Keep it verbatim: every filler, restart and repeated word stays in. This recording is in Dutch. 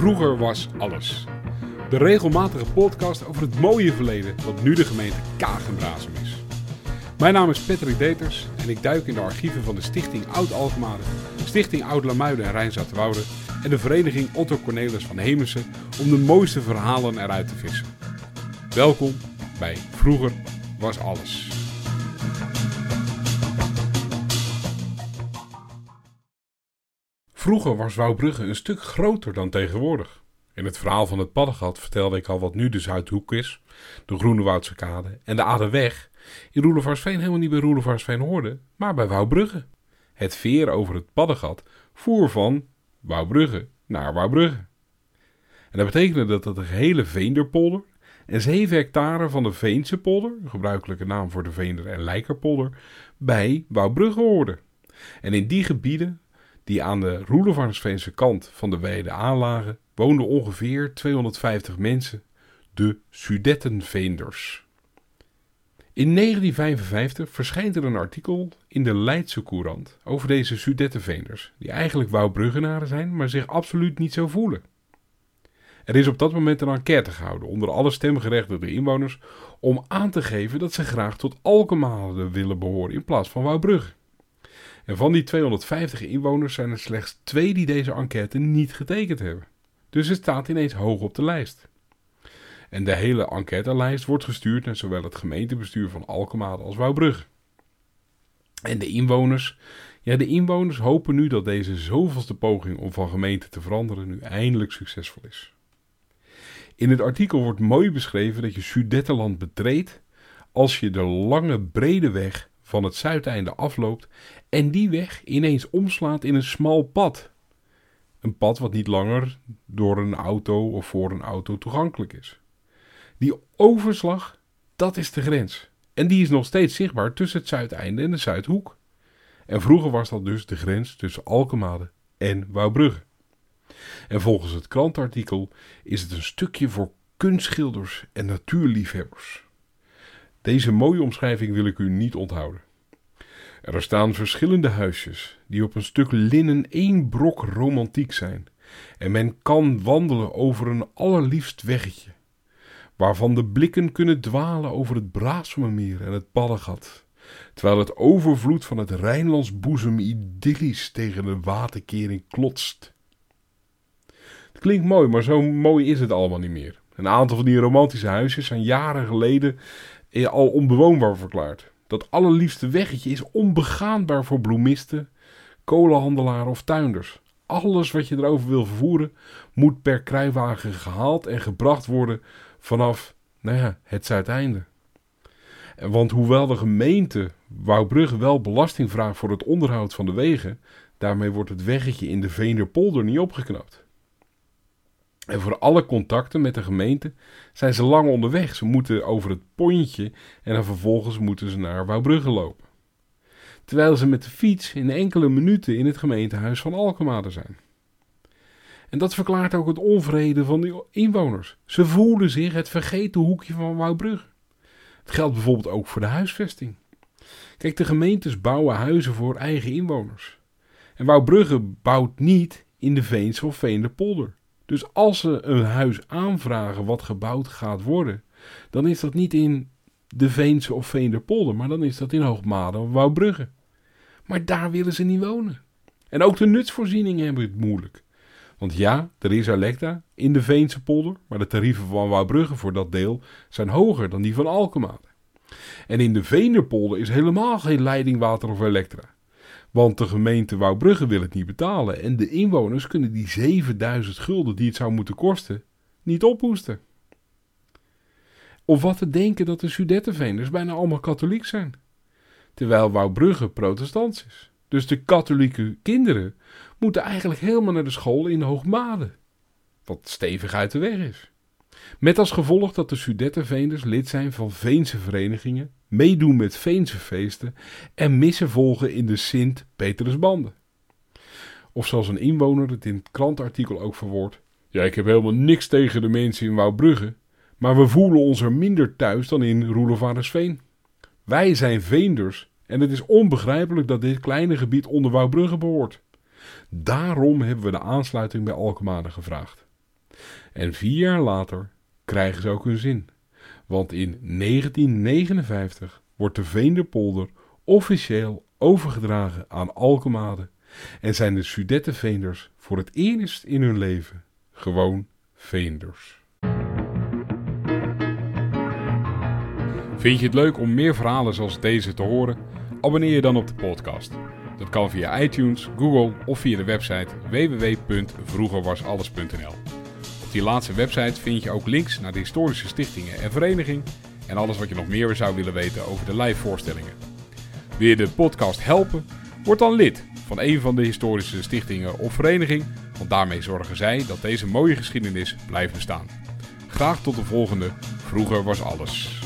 Vroeger was alles. De regelmatige podcast over het mooie verleden dat nu de gemeente Kaag en Braassem is. Mijn naam is Patrick Deters en ik duik in de archieven van de Stichting Oud-Alkmaar, Stichting Oud-Lamuiden en Rijnzaterwoude en de vereniging Otto Cornelis van Hemessen om de mooiste verhalen eruit te vissen. Welkom bij Vroeger was alles. Vroeger was Wouwbrugge een stuk groter dan tegenwoordig. In het verhaal van het Paddegat vertelde ik al wat nu de Zuidhoek is, de Groenewoudse Kade en de Aderweg in Roelevarsveen helemaal niet bij Roelevarsveen hoorde, maar bij Wouwbrugge. Het veer over het Paddegat voer van Wouwbrugge naar Wouwbrugge. En dat betekende dat de gehele Veenderpolder en zeven hectare van de Veense polder, een gebruikelijke naam voor de Veender- en Lijkerpolder, bij Wouwbrugge hoorde. En in die gebieden die aan de Roelevarsveense kant van de weide aanlagen, woonden ongeveer tweehonderdvijftig mensen, de Sudettenveenders. In negentien vijfenvijftig verschijnt er een artikel in de Leidse Courant over deze Sudettenveenders, die eigenlijk Wouwbruggenaren zijn, maar zich absoluut niet zo voelen. Er is op dat moment een enquête gehouden onder alle stemgerechtigde inwoners om aan te geven dat ze graag tot Alkmaar willen behoren in plaats van Wouwbrugge. En van die tweehonderdvijftig inwoners zijn er slechts twee die deze enquête niet getekend hebben. Dus het staat ineens hoog op de lijst. En de hele enquêtelijst wordt gestuurd naar zowel het gemeentebestuur van Alkmaar als Wouwbrugge. En de inwoners, ja de inwoners hopen nu dat deze zoveelste poging om van gemeente te veranderen nu eindelijk succesvol is. In het artikel wordt mooi beschreven dat je Sudettenland betreedt als je de lange brede weg van het zuideinde afloopt en die weg ineens omslaat in een smal pad. Een pad wat niet langer door een auto of voor een auto toegankelijk is. Die overslag, dat is de grens. En die is nog steeds zichtbaar tussen het zuideinde en de Zuidhoek. En vroeger was dat dus de grens tussen Alkmaar en Wouwbrugge. En volgens het krantartikel is het een stukje voor kunstschilders en natuurliefhebbers. Deze mooie omschrijving wil ik u niet onthouden. Er staan verschillende huisjes die op een stuk linnen één brok romantiek zijn. En men kan wandelen over een allerliefst weggetje, waarvan de blikken kunnen dwalen over het Braassemermeer en het Paddegat, terwijl het overvloed van het Rijnlands boezem idyllisch tegen de waterkering klotst. Het klinkt mooi, maar zo mooi is het allemaal niet meer. Een aantal van die romantische huisjes zijn jaren geleden al onbewoonbaar verklaard. Dat allerliefste weggetje is onbegaanbaar voor bloemisten, kolenhandelaren of tuinders. Alles wat je erover wil vervoeren moet per kruiwagen gehaald en gebracht worden vanaf nou ja, het zuideinde. Want hoewel de gemeente Wouwbrugge wel belasting vraagt voor het onderhoud van de wegen, daarmee wordt het weggetje in de Veenderpolder niet opgeknapt. En voor alle contacten met de gemeente zijn ze lang onderweg. Ze moeten over het pontje en dan vervolgens moeten ze naar Wouwbrugge lopen. Terwijl ze met de fiets in enkele minuten in het gemeentehuis van Alkmaar zijn. En dat verklaart ook het onvrede van de inwoners. Ze voelen zich het vergeten hoekje van Wouwbrugge. Het geldt bijvoorbeeld ook voor de huisvesting. Kijk, de gemeentes bouwen huizen voor eigen inwoners. En Wouwbrugge bouwt niet in de Veense of Veenderpolder. Dus als ze een huis aanvragen wat gebouwd gaat worden, dan is dat niet in de Veense of Veenderpolder, maar dan is dat in Hoogmade of Wouwbrugge. Maar daar willen ze niet wonen. En ook de nutsvoorzieningen hebben het moeilijk. Want ja, er is elektra in de Veense polder, maar de tarieven van Wouwbrugge voor dat deel zijn hoger dan die van Alkmaar. En in de Veenderpolder is helemaal geen leidingwater of elektra. Want de gemeente Wouwbrugge wil het niet betalen en de inwoners kunnen die zevenduizend gulden die het zou moeten kosten niet ophoesten. Of wat te denken dat de Sudettenveenders bijna allemaal katholiek zijn, terwijl Wouwbrugge protestants is. Dus de katholieke kinderen moeten eigenlijk helemaal naar de school in Hoogmade, wat stevig uit de weg is. Met als gevolg dat de Sudettenveenders lid zijn van Veense verenigingen, meedoen met Veense feesten en missen volgen in de Sint-Petrusbanden. Of zoals een inwoner het in het krantartikel ook verwoordt: ja, ik heb helemaal niks tegen de mensen in Wouwbrugge, maar we voelen ons er minder thuis dan in Roelevarsveen. Wij zijn Veenders en het is onbegrijpelijk dat dit kleine gebied onder Wouwbrugge behoort. Daarom hebben we de aansluiting bij Alkmaar gevraagd. En vier jaar later krijgen ze ook hun zin. Want in negentien negenenvijftig wordt de Veenderpolder officieel overgedragen aan Alkemade en zijn de Sudettenveenders voor het eerst in hun leven gewoon Veenders. Vind je het leuk om meer verhalen zoals deze te horen? Abonneer je dan op de podcast. Dat kan via iTunes, Google of via de website w w w punt vroeger was alles punt n l. Op die laatste website vind je ook links naar de historische stichtingen en vereniging en alles wat je nog meer zou willen weten over de live voorstellingen. Wil je de podcast helpen? Word dan lid van een van de historische stichtingen of vereniging, want daarmee zorgen zij dat deze mooie geschiedenis blijft bestaan. Graag tot de volgende Vroeger was alles.